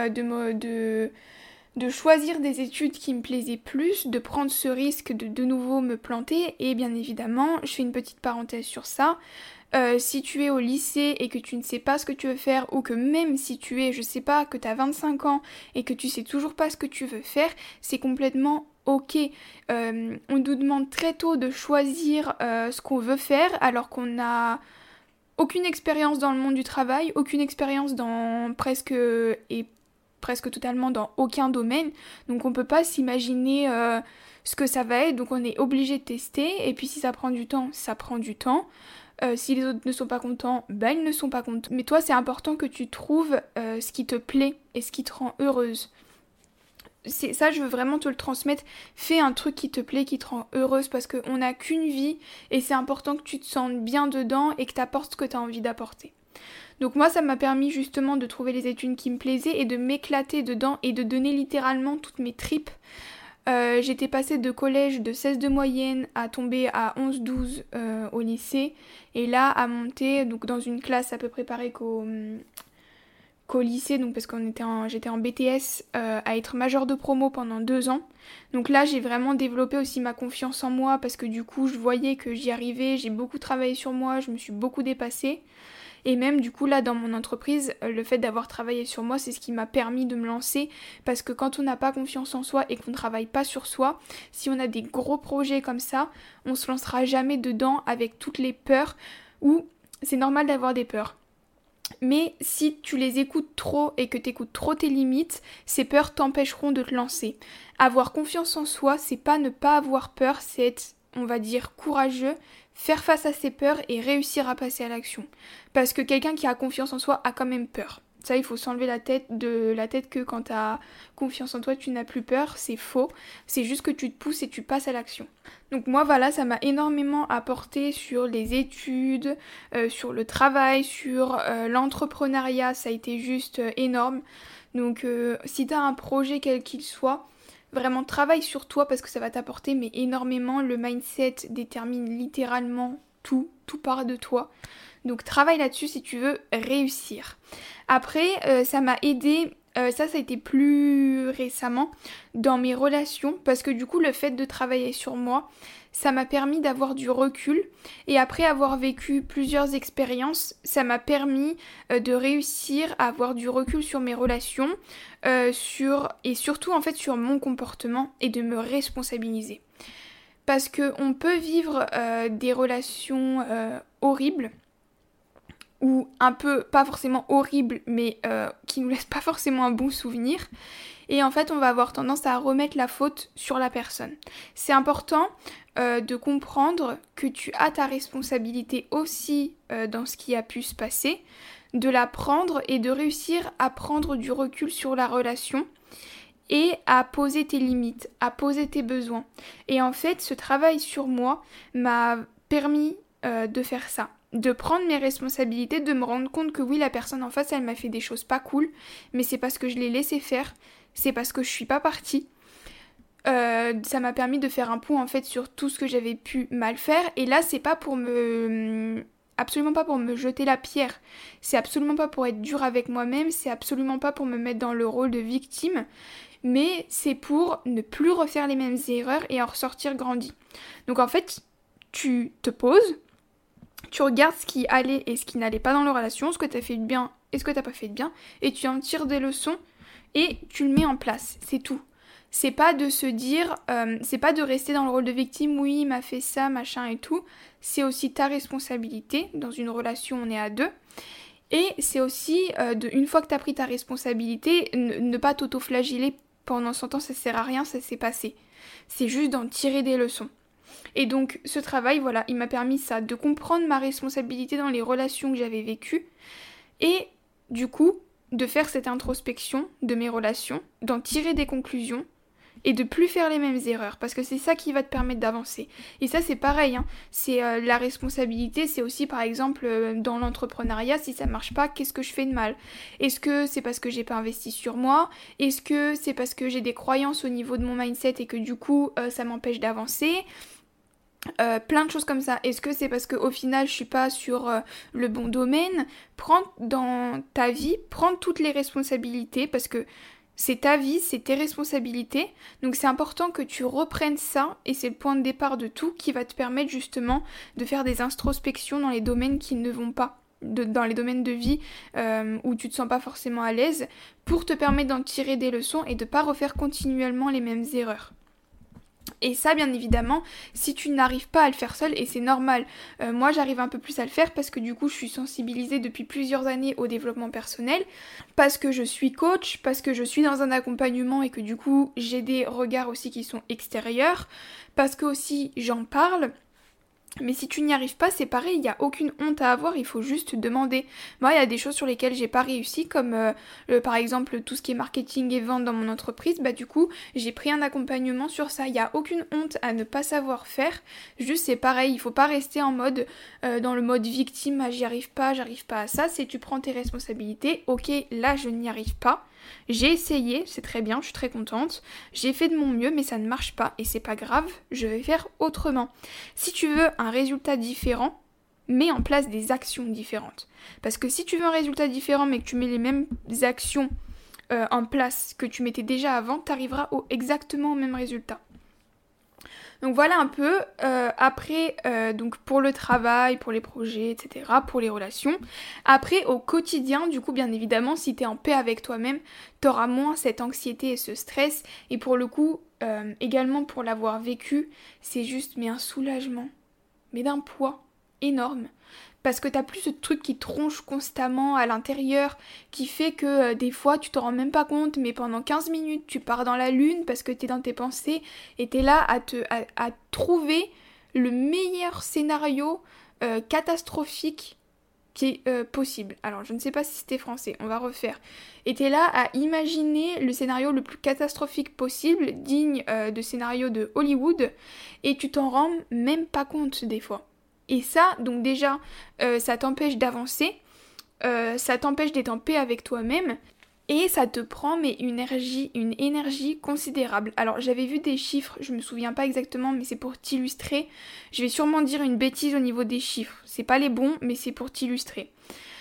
de choisir des études qui me plaisaient plus, de prendre ce risque de nouveau me planter. Et bien évidemment, je fais une petite parenthèse sur ça. Si tu es au lycée et que tu ne sais pas ce que tu veux faire, ou que même si tu es, je sais pas, que tu as 25 ans et que tu sais toujours pas ce que tu veux faire, c'est complètement ok. On nous demande très tôt de choisir ce qu'on veut faire alors qu'on n'a aucune expérience dans le monde du travail, aucune expérience dans presque totalement dans aucun domaine. Donc on peut pas s'imaginer ce que ça va être, donc on est obligé de tester, et puis si ça prend du temps, ça prend du temps. Si les autres ne sont pas contents, ils ne sont pas contents. Mais toi, c'est important que tu trouves ce qui te plaît et ce qui te rend heureuse. C'est ça, je veux vraiment te le transmettre. Fais un truc qui te plaît, qui te rend heureuse, parce qu'on n'a qu'une vie et c'est important que tu te sentes bien dedans et que tu apportes ce que tu as envie d'apporter. Donc moi, ça m'a permis justement de trouver les études qui me plaisaient et de m'éclater dedans et de donner littéralement toutes mes tripes. J'étais passée de collège de 16 de moyenne à tomber à 11-12 au lycée, et là à monter donc dans une classe à peu près pareille qu'au lycée, donc parce j'étais en BTS, à être majeure de promo pendant 2 ans. Donc là j'ai vraiment développé aussi ma confiance en moi parce que du coup je voyais que j'y arrivais, j'ai beaucoup travaillé sur moi, je me suis beaucoup dépassée. Et même du coup là dans mon entreprise, le fait d'avoir travaillé sur moi, c'est ce qui m'a permis de me lancer, parce que quand on n'a pas confiance en soi et qu'on ne travaille pas sur soi, si on a des gros projets comme ça, on se lancera jamais dedans avec toutes les peurs, ou c'est normal d'avoir des peurs. Mais si tu les écoutes trop et que tu écoutes trop tes limites, ces peurs t'empêcheront de te lancer. Avoir confiance en soi, c'est pas ne pas avoir peur, c'est être, on va dire, courageux, faire face à ses peurs et réussir à passer à l'action. Parce que quelqu'un qui a confiance en soi a quand même peur. Ça, il faut s'enlever de la tête que quand tu as confiance en toi, tu n'as plus peur. C'est faux. C'est juste que tu te pousses et tu passes à l'action. Donc moi, voilà, ça m'a énormément apporté sur les études, sur le travail, sur l'entrepreneuriat. Ça a été juste énorme. Donc si tu as un projet quel qu'il soit, vraiment travaille sur toi parce que ça va t'apporter mais énormément. Le mindset détermine littéralement tout part de toi. Donc travaille là-dessus si tu veux réussir. Après, ça m'a aidé, ça a été plus récemment, dans mes relations, parce que du coup le fait de travailler sur moi, ça m'a permis d'avoir du recul, et après avoir vécu plusieurs expériences, ça m'a permis de réussir à avoir du recul sur mes relations, et surtout en fait sur mon comportement, et de me responsabiliser. Parce qu'on peut vivre des relations horribles, ou un peu, pas forcément horribles, mais qui nous laissent pas forcément un bon souvenir. Et en fait, on va avoir tendance à remettre la faute sur la personne. C'est important de comprendre que tu as ta responsabilité aussi dans ce qui a pu se passer, de la prendre et de réussir à prendre du recul sur la relation et à poser tes limites, à poser tes besoins. Et en fait, ce travail sur moi m'a permis de faire ça, de prendre mes responsabilités, de me rendre compte que oui, la personne en face, elle m'a fait des choses pas cool, mais c'est parce que je l'ai laissé faire, c'est parce que je suis pas partie. Ça m'a permis de faire un point en fait sur tout ce que j'avais pu mal faire, et là c'est pas pour absolument pas pour me jeter la pierre, c'est absolument pas pour être dur avec moi-même, c'est absolument pas pour me mettre dans le rôle de victime, mais c'est pour ne plus refaire les mêmes erreurs et en ressortir grandi. Donc en fait, tu te poses, Tu regardes ce qui allait et ce qui n'allait pas dans la relation, ce que tu as fait de bien et ce que tu n'as pas fait de bien, et tu en tires des leçons et tu le mets en place, c'est tout. C'est pas de se dire, c'est pas de rester dans le rôle de victime, oui, il m'a fait ça, machin et tout. C'est aussi ta responsabilité. Dans une relation, on est à deux. Et c'est aussi, une fois que tu as pris ta responsabilité, ne pas t'auto-flageller pendant 100 ans, ça sert à rien, ça s'est passé. C'est juste d'en tirer des leçons. Et donc, ce travail, voilà, il m'a permis ça, de comprendre ma responsabilité dans les relations que j'avais vécues. Et du coup, de faire cette introspection de mes relations, d'en tirer des conclusions, et de plus faire les mêmes erreurs, parce que c'est ça qui va te permettre d'avancer. Et ça c'est pareil, hein. C'est la responsabilité, c'est aussi par exemple dans l'entrepreneuriat, si ça marche pas, qu'est-ce que je fais de mal? Est-ce que c'est parce que j'ai pas investi sur moi? Est-ce que c'est parce que j'ai des croyances au niveau de mon mindset et que du coup ça m'empêche d'avancer? Plein de choses comme ça. Est-ce que c'est parce qu'au final je suis pas sur le bon domaine? Prends dans ta vie, prends toutes les responsabilités, parce que c'est ta vie, c'est tes responsabilités, donc c'est important que tu reprennes ça, et c'est le point de départ de tout qui va te permettre justement de faire des introspections dans les domaines qui ne vont pas, dans les domaines de vie où tu te sens pas forcément à l'aise, pour te permettre d'en tirer des leçons et de pas refaire continuellement les mêmes erreurs. Et ça, bien évidemment, si tu n'arrives pas à le faire seul, et c'est normal, moi j'arrive un peu plus à le faire parce que du coup je suis sensibilisée depuis plusieurs années au développement personnel, parce que je suis coach, parce que je suis dans un accompagnement et que du coup j'ai des regards aussi qui sont extérieurs, parce que aussi j'en parle. Mais si tu n'y arrives pas, c'est pareil, il n'y a aucune honte à avoir, il faut juste demander. Moi, il y a des choses sur lesquelles j'ai pas réussi, comme par exemple tout ce qui est marketing et vente dans mon entreprise, du coup, j'ai pris un accompagnement sur ça. Il n'y a aucune honte à ne pas savoir faire, juste c'est pareil, il faut pas rester en mode, dans le mode victime, j'arrive pas à ça, c'est tu prends tes responsabilités, ok, là je n'y arrive pas. J'ai essayé, c'est très bien, je suis très contente. J'ai fait de mon mieux, mais ça ne marche pas et c'est pas grave, je vais faire autrement. Si tu veux un résultat différent, mets en place des actions différentes. Parce que si tu veux un résultat différent, mais que tu mets les mêmes actions en place que tu mettais déjà avant, tu arriveras exactement au même résultat. Donc voilà un peu, après, donc pour le travail, pour les projets, etc., pour les relations. Après, au quotidien, du coup, bien évidemment, si t'es en paix avec toi-même, t'auras moins cette anxiété et ce stress. Et pour le coup, également pour l'avoir vécu, c'est juste, mais un soulagement, mais d'un poids énorme. Parce que t'as plus ce truc qui tronche constamment à l'intérieur, qui fait que des fois tu t'en rends même pas compte, mais pendant 15 minutes tu pars dans la lune parce que t'es dans tes pensées et t'es là à trouver le meilleur scénario catastrophique qui est possible. Alors je ne sais pas si c'était français, on va refaire. Et t'es là à imaginer le scénario le plus catastrophique possible, digne de scénario de Hollywood, et tu t'en rends même pas compte des fois. Et ça, donc déjà, ça t'empêche d'avancer, ça t'empêche d'être en paix avec toi-même, et ça te prend une énergie considérable. Alors j'avais vu des chiffres, je me souviens pas exactement, mais c'est pour t'illustrer. Je vais sûrement dire une bêtise au niveau des chiffres. C'est pas les bons, mais c'est pour t'illustrer.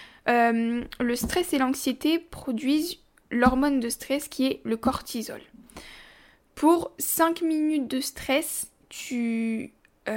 Le stress et l'anxiété produisent l'hormone de stress qui est le cortisol. Pour 5 minutes de stress, tu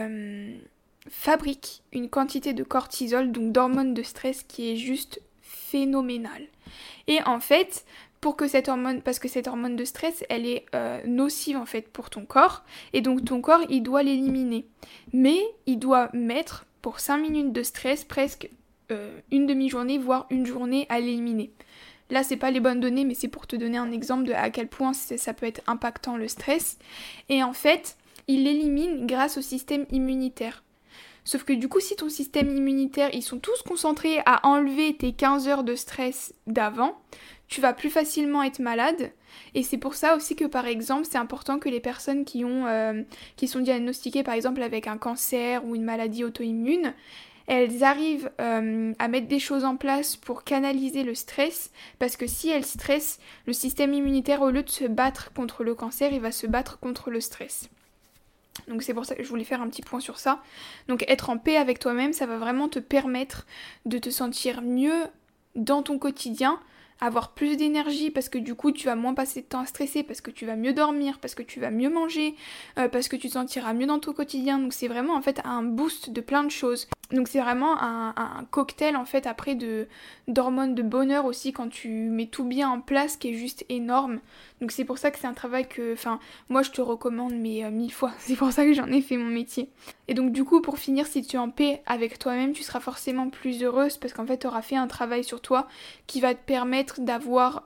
fabrique une quantité de cortisol, donc d'hormone de stress, qui est juste phénoménale. Et en fait, parce que cette hormone de stress, elle est nocive en fait pour ton corps, et donc ton corps, il doit l'éliminer. Mais il doit mettre, pour 5 minutes de stress, presque une demi-journée, voire une journée à l'éliminer. Là, c'est pas les bonnes données, mais c'est pour te donner un exemple de à quel point ça peut être impactant le stress. Et en fait, il l'élimine grâce au système immunitaire. Sauf que du coup, si ton système immunitaire, ils sont tous concentrés à enlever tes 15 heures de stress d'avant, tu vas plus facilement être malade. Et c'est pour ça aussi que, par exemple, c'est important que les personnes qui sont diagnostiquées, par exemple, avec un cancer ou une maladie auto-immune, elles arrivent à mettre des choses en place pour canaliser le stress, parce que si elles stressent, le système immunitaire, au lieu de se battre contre le cancer, il va se battre contre le stress. Donc c'est pour ça que je voulais faire un petit point sur ça. Donc être en paix avec toi-même, ça va vraiment te permettre de te sentir mieux dans ton quotidien, avoir plus d'énergie parce que du coup tu vas moins passer de temps à stresser, parce que tu vas mieux dormir, parce que tu vas mieux manger, parce que tu te sentiras mieux dans ton quotidien. Donc c'est vraiment en fait un boost de plein de choses. Donc c'est vraiment un cocktail en fait après d'hormones de bonheur aussi quand tu mets tout bien en place qui est juste énorme. Donc c'est pour ça que c'est un travail que, enfin, moi je te recommande mais 1000 fois. C'est pour ça que j'en ai fait mon métier. Et donc du coup pour finir, si tu es en paix avec toi-même, tu seras forcément plus heureuse parce qu'en fait tu auras fait un travail sur toi qui va te permettre d'avoir...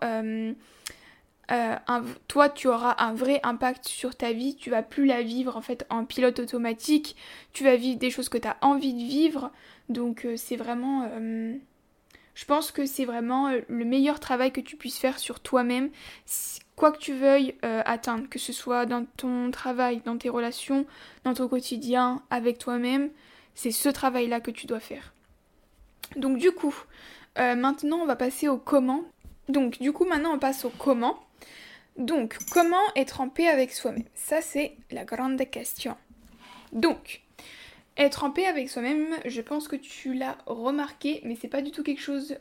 toi tu auras un vrai impact sur ta vie, tu vas plus la vivre en fait en pilote automatique, tu vas vivre des choses que tu as envie de vivre, donc c'est vraiment, je pense que c'est vraiment le meilleur travail que tu puisses faire sur toi-même, quoi que tu veuilles atteindre, que ce soit dans ton travail, dans tes relations, dans ton quotidien, avec toi-même, c'est ce travail-là que tu dois faire. Donc du coup, maintenant on va passer au comment. Donc du coup maintenant on passe au comment. Donc, comment être en paix avec soi-même? Ça, c'est la grande question. Donc, être en paix avec soi-même, je pense que tu l'as remarqué, mais c'est pas du tout quelque chose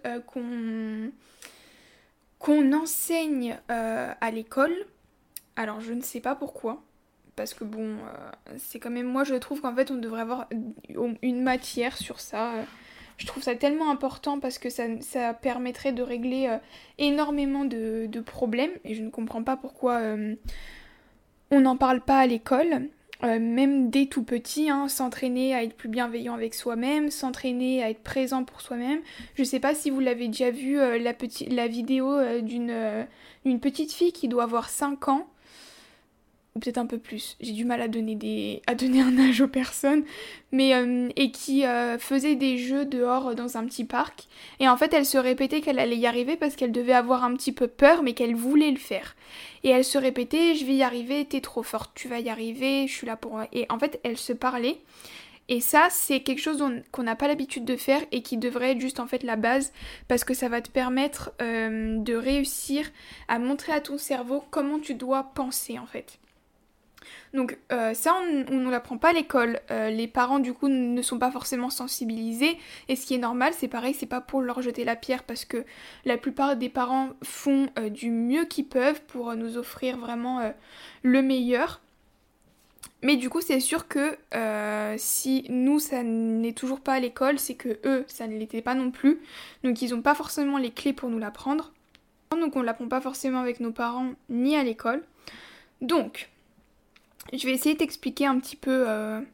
qu'on enseigne à l'école. Alors, je ne sais pas pourquoi. Parce que bon, c'est quand même... Moi, je trouve qu'en fait, on devrait avoir une matière sur ça. Je trouve ça tellement important parce que ça permettrait de régler énormément de problèmes. Et je ne comprends pas pourquoi on n'en parle pas à l'école. Même dès tout petit, hein, s'entraîner à être plus bienveillant avec soi-même, s'entraîner à être présent pour soi-même. Je sais pas si vous l'avez déjà vu, la vidéo d'une petite fille qui doit avoir 5 ans, ou peut-être un peu plus, j'ai du mal à donner un âge aux personnes, mais et qui faisait des jeux dehors dans un petit parc, et en fait elle se répétait qu'elle allait y arriver parce qu'elle devait avoir un petit peu peur, mais qu'elle voulait le faire. Et elle se répétait, je vais y arriver, t'es trop forte, tu vas y arriver, je suis là pour... Et en fait elle se parlait, et ça c'est quelque chose qu'on n'a pas l'habitude de faire et qui devrait être juste en fait la base, parce que ça va te permettre de réussir à montrer à ton cerveau comment tu dois penser en fait. Donc ça, on ne l'apprend pas à l'école. Les parents, du coup, ne sont pas forcément sensibilisés. Et ce qui est normal, c'est pareil, c'est pas pour leur jeter la pierre parce que la plupart des parents font du mieux qu'ils peuvent pour nous offrir vraiment le meilleur. Mais du coup, c'est sûr que si nous, ça n'est toujours pas à l'école, c'est que eux, ça ne l'était pas non plus. Donc ils n'ont pas forcément les clés pour nous l'apprendre. Donc on ne l'apprend pas forcément avec nos parents ni à l'école. Donc... je vais essayer de t'expliquer un petit peu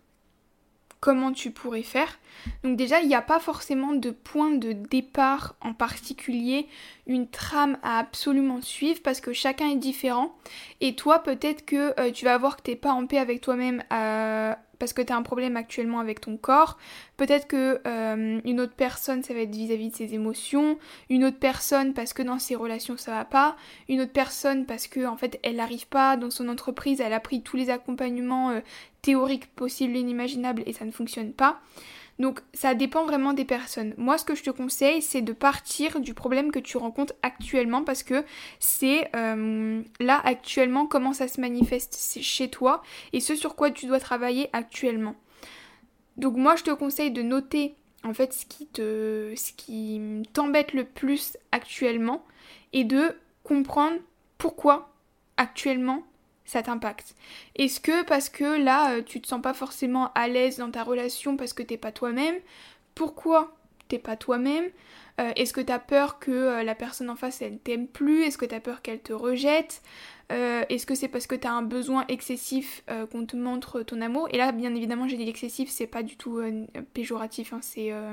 comment tu pourrais faire. Donc déjà, il n'y a pas forcément de point de départ en particulier, une trame à absolument suivre parce que chacun est différent. Et toi, peut-être que tu vas voir que tu n'es pas en paix avec toi-même parce que tu as un problème actuellement avec ton corps. Peut-être que une autre personne, ça va être vis-à-vis de ses émotions. Une autre personne parce que dans ses relations, ça va pas. Une autre personne parce que en fait, elle n'arrive pas dans son entreprise, elle a pris tous les accompagnements théoriques possibles et inimaginables et ça ne fonctionne pas. Donc ça dépend vraiment des personnes. Moi ce que je te conseille c'est de partir du problème que tu rencontres actuellement parce que c'est là actuellement comment ça se manifeste chez toi et ce sur quoi tu dois travailler actuellement. Donc moi je te conseille de noter en fait ce qui t'embête le plus actuellement et de comprendre pourquoi actuellement ça t'impacte. Est-ce que parce que là, tu te sens pas forcément à l'aise dans ta relation parce que t'es pas toi-même? Pourquoi t'es pas toi-même? Est-ce que t'as peur que la personne en face, elle t'aime plus? Est-ce que t'as peur qu'elle te rejette? Est-ce que c'est parce que t'as un besoin excessif qu'on te montre ton amour? Et là, bien évidemment, j'ai dit excessif, c'est pas du tout péjoratif, hein,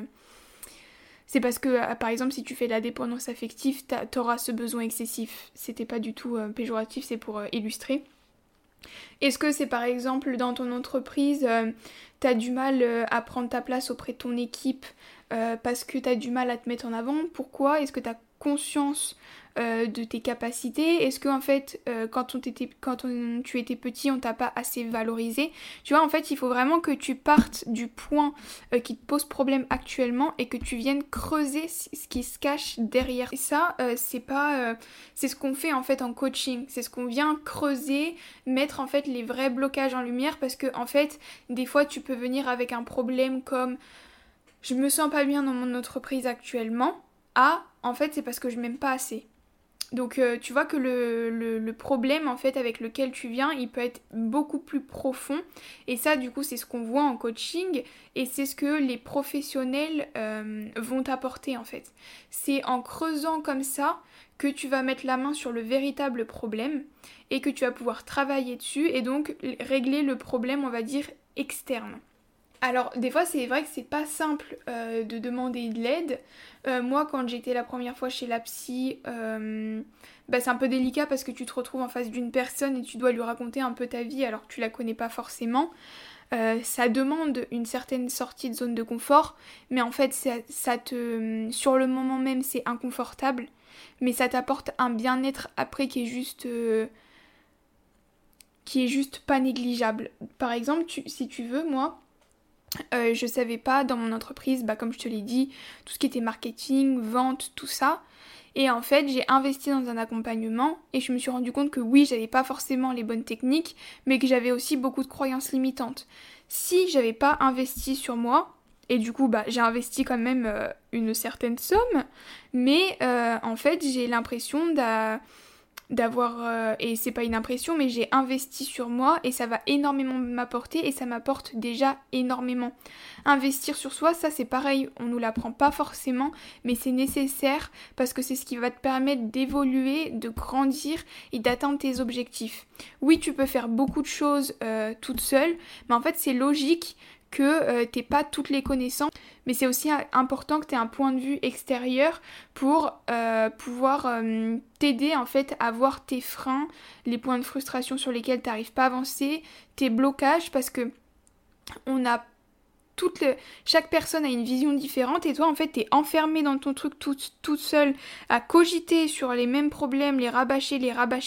c'est parce que, par exemple, si tu fais de la dépendance affective, t'auras ce besoin excessif. C'était pas du tout péjoratif, c'est pour illustrer. Est-ce que c'est par exemple dans ton entreprise, t'as du mal à prendre ta place auprès de ton équipe parce que t'as du mal à te mettre en avant? Pourquoi? Est-ce que t'as conscience de tes capacités? Est-ce que en fait quand tu étais petit on t'a pas assez valorisé? Tu vois, en fait il faut vraiment que tu partes du point qui te pose problème actuellement et que tu viennes creuser ce qui se cache derrière. Et ça c'est ce qu'on fait en fait en coaching, c'est ce qu'on vient creuser, mettre en fait les vrais blocages en lumière parce que en fait des fois tu peux venir avec un problème comme je me sens pas bien dans mon entreprise actuellement. En fait c'est parce que je m'aime pas assez. Donc tu vois que le problème en fait avec lequel tu viens, il peut être beaucoup plus profond. Et ça du coup c'est ce qu'on voit en coaching et c'est ce que les professionnels vont t'apporter en fait. C'est en creusant comme ça que tu vas mettre la main sur le véritable problème et que tu vas pouvoir travailler dessus et donc régler le problème on va dire externe. Alors des fois c'est vrai que c'est pas simple de demander de l'aide. Moi quand j'étais la première fois chez la psy, c'est un peu délicat parce que tu te retrouves en face d'une personne et tu dois lui raconter un peu ta vie alors que tu la connais pas forcément. Ça demande une certaine sortie de zone de confort, mais en fait sur le moment même c'est inconfortable, mais ça t'apporte un bien-être après qui est juste pas négligeable. Par exemple, si tu veux, moi, je savais pas dans mon entreprise, comme je te l'ai dit, tout ce qui était marketing, vente, tout ça. Et en fait, j'ai investi dans un accompagnement et je me suis rendu compte que oui, j'avais pas forcément les bonnes techniques, mais que j'avais aussi beaucoup de croyances limitantes. Si j'avais pas investi sur moi, et du coup, j'ai investi quand même une certaine somme, mais en fait, j'ai l'impression d'avoir et c'est pas une impression mais j'ai investi sur moi et ça va énormément m'apporter et ça m'apporte déjà énormément. Investir sur soi, ça c'est pareil, on nous l'apprend pas forcément mais c'est nécessaire parce que c'est ce qui va te permettre d'évoluer, de grandir et d'atteindre tes objectifs. Oui, tu peux faire beaucoup de choses toute seule, mais en fait c'est logique que t'aies pas toutes les connaissances, mais c'est aussi important que t'aies un point de vue extérieur pour pouvoir t'aider en fait à voir tes freins, les points de frustration sur lesquels t'arrives pas à avancer, tes blocages, parce que on a chaque personne a une vision différente et toi en fait t'es enfermé dans ton truc toute seule à cogiter sur les mêmes problèmes, les rabâcher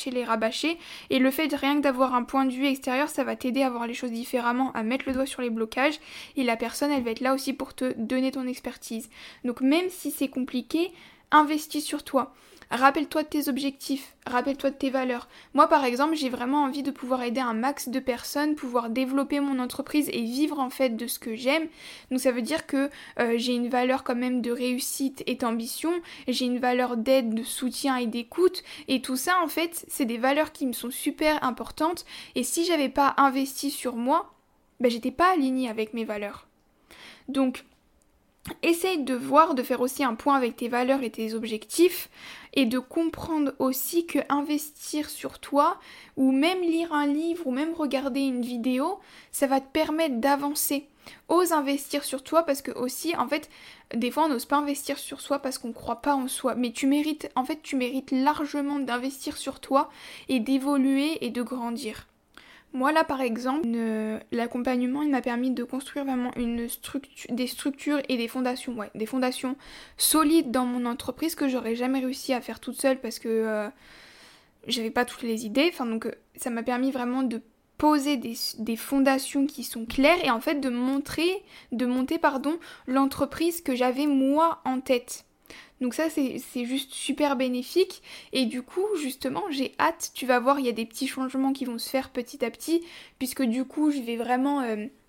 et le fait de rien que d'avoir un point de vue extérieur ça va t'aider à voir les choses différemment, à mettre le doigt sur les blocages et la personne elle va être là aussi pour te donner ton expertise. Donc même si c'est compliqué, investis sur toi. Rappelle-toi de tes objectifs, rappelle-toi de tes valeurs. Moi par exemple, j'ai vraiment envie de pouvoir aider un max de personnes, pouvoir développer mon entreprise et vivre en fait de ce que j'aime. Donc ça veut dire que j'ai une valeur quand même de réussite et d'ambition, j'ai une valeur d'aide, de soutien et d'écoute et tout ça en fait, c'est des valeurs qui me sont super importantes et si j'avais pas investi sur moi, j'étais pas alignée avec mes valeurs. Donc essaye de voir, de faire aussi un point avec tes valeurs et tes objectifs et de comprendre aussi que investir sur toi ou même lire un livre ou même regarder une vidéo, ça va te permettre d'avancer. Ose investir sur toi parce que aussi, en fait, des fois on n'ose pas investir sur soi parce qu'on croit pas en soi. Mais tu mérites largement d'investir sur toi et d'évoluer et de grandir. Moi là par exemple, l'accompagnement il m'a permis de construire vraiment des structures et des fondations solides dans mon entreprise que j'aurais jamais réussi à faire toute seule parce que j'avais pas toutes les idées. Donc ça m'a permis vraiment de poser des fondations qui sont claires et en fait de monter l'entreprise que j'avais moi en tête. Donc ça c'est juste super bénéfique et du coup justement j'ai hâte, tu vas voir il y a des petits changements qui vont se faire petit à petit puisque du coup je vais vraiment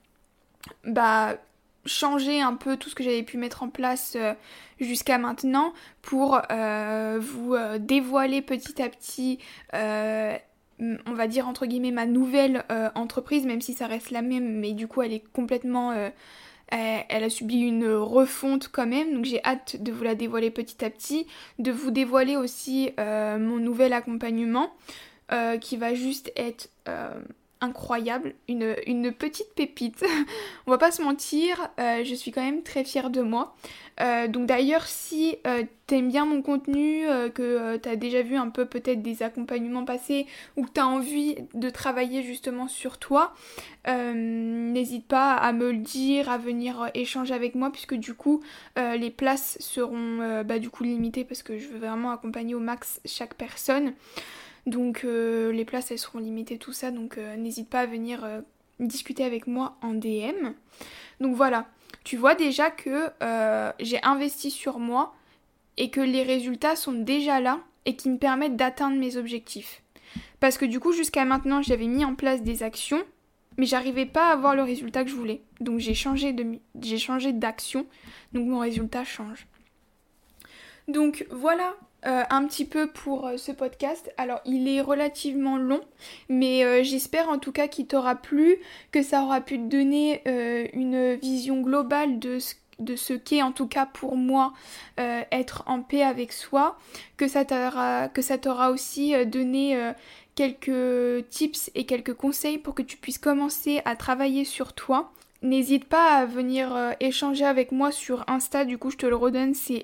changer un peu tout ce que j'avais pu mettre en place jusqu'à maintenant pour vous dévoiler petit à petit on va dire entre guillemets ma nouvelle entreprise même si ça reste la même mais du coup elle est complètement elle a subi une refonte quand même, donc j'ai hâte de vous la dévoiler petit à petit, de vous dévoiler aussi mon nouvel accompagnement qui va juste être incroyable, une petite pépite. On va pas se mentir, je suis quand même très fière de moi. Donc d'ailleurs si t'aimes bien mon contenu, que t'as déjà vu un peu peut-être des accompagnements passés ou que t'as envie de travailler justement sur toi, n'hésite pas à me le dire, à venir échanger avec moi puisque du coup les places seront du coup limitées parce que je veux vraiment accompagner au max chaque personne. Donc les places elles seront limitées tout ça donc n'hésite pas à venir discuter avec moi en DM. Donc voilà, tu vois déjà que j'ai investi sur moi et que les résultats sont déjà là et qui me permettent d'atteindre mes objectifs. Parce que du coup jusqu'à maintenant j'avais mis en place des actions mais j'arrivais pas à avoir le résultat que je voulais. Donc j'ai changé d'action, donc mon résultat change. Donc voilà un petit peu pour ce podcast. Alors il est relativement long, mais j'espère en tout cas qu'il t'aura plu, que ça aura pu te donner une vision globale de ce qu'est en tout cas pour moi être en paix avec soi, que ça t'aura aussi donné quelques tips et quelques conseils pour que tu puisses commencer à travailler sur toi. N'hésite pas à venir échanger avec moi sur Insta, du coup je te le redonne, c'est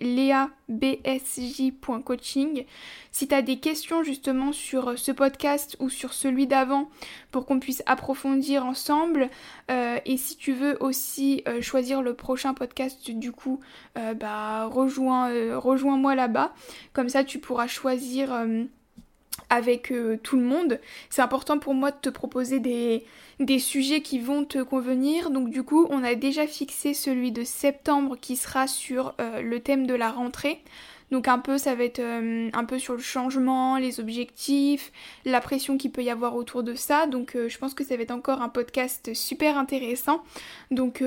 leabsj.coaching. Si tu as des questions justement sur ce podcast ou sur celui d'avant pour qu'on puisse approfondir ensemble, et si tu veux aussi choisir le prochain podcast, du coup rejoins-moi là-bas, comme ça tu pourras choisir avec tout le monde. C'est important pour moi de te proposer des sujets qui vont te convenir. Donc du coup, on a déjà fixé celui de septembre qui sera sur le thème de la rentrée. Donc un peu, ça va être un peu sur le changement, les objectifs, la pression qu'il peut y avoir autour de ça. Donc je pense que ça va être encore un podcast super intéressant. Donc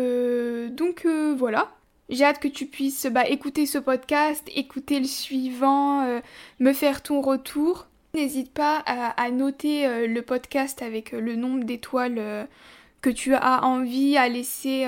voilà. J'ai hâte que tu puisses écouter ce podcast, écouter le suivant, me faire ton retour. N'hésite pas à noter le podcast avec le nombre d'étoiles que tu as envie, à laisser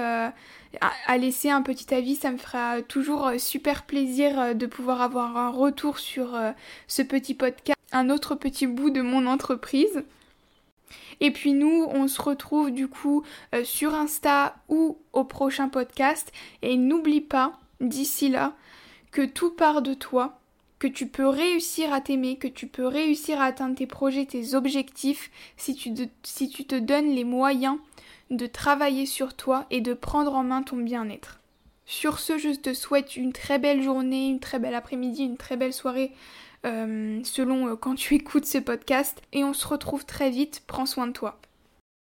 un petit avis. Ça me fera toujours super plaisir de pouvoir avoir un retour sur ce petit podcast, un autre petit bout de mon entreprise. Et puis nous, on se retrouve du coup sur Insta ou au prochain podcast. Et n'oublie pas, d'ici là, que tout part de toi, que tu peux réussir à t'aimer, que tu peux réussir à atteindre tes projets, tes objectifs, si tu te donnes les moyens de travailler sur toi et de prendre en main ton bien-être. Sur ce, je te souhaite une très belle journée, une très belle après-midi, une très belle soirée, selon quand tu écoutes ce podcast. Et on se retrouve très vite, prends soin de toi.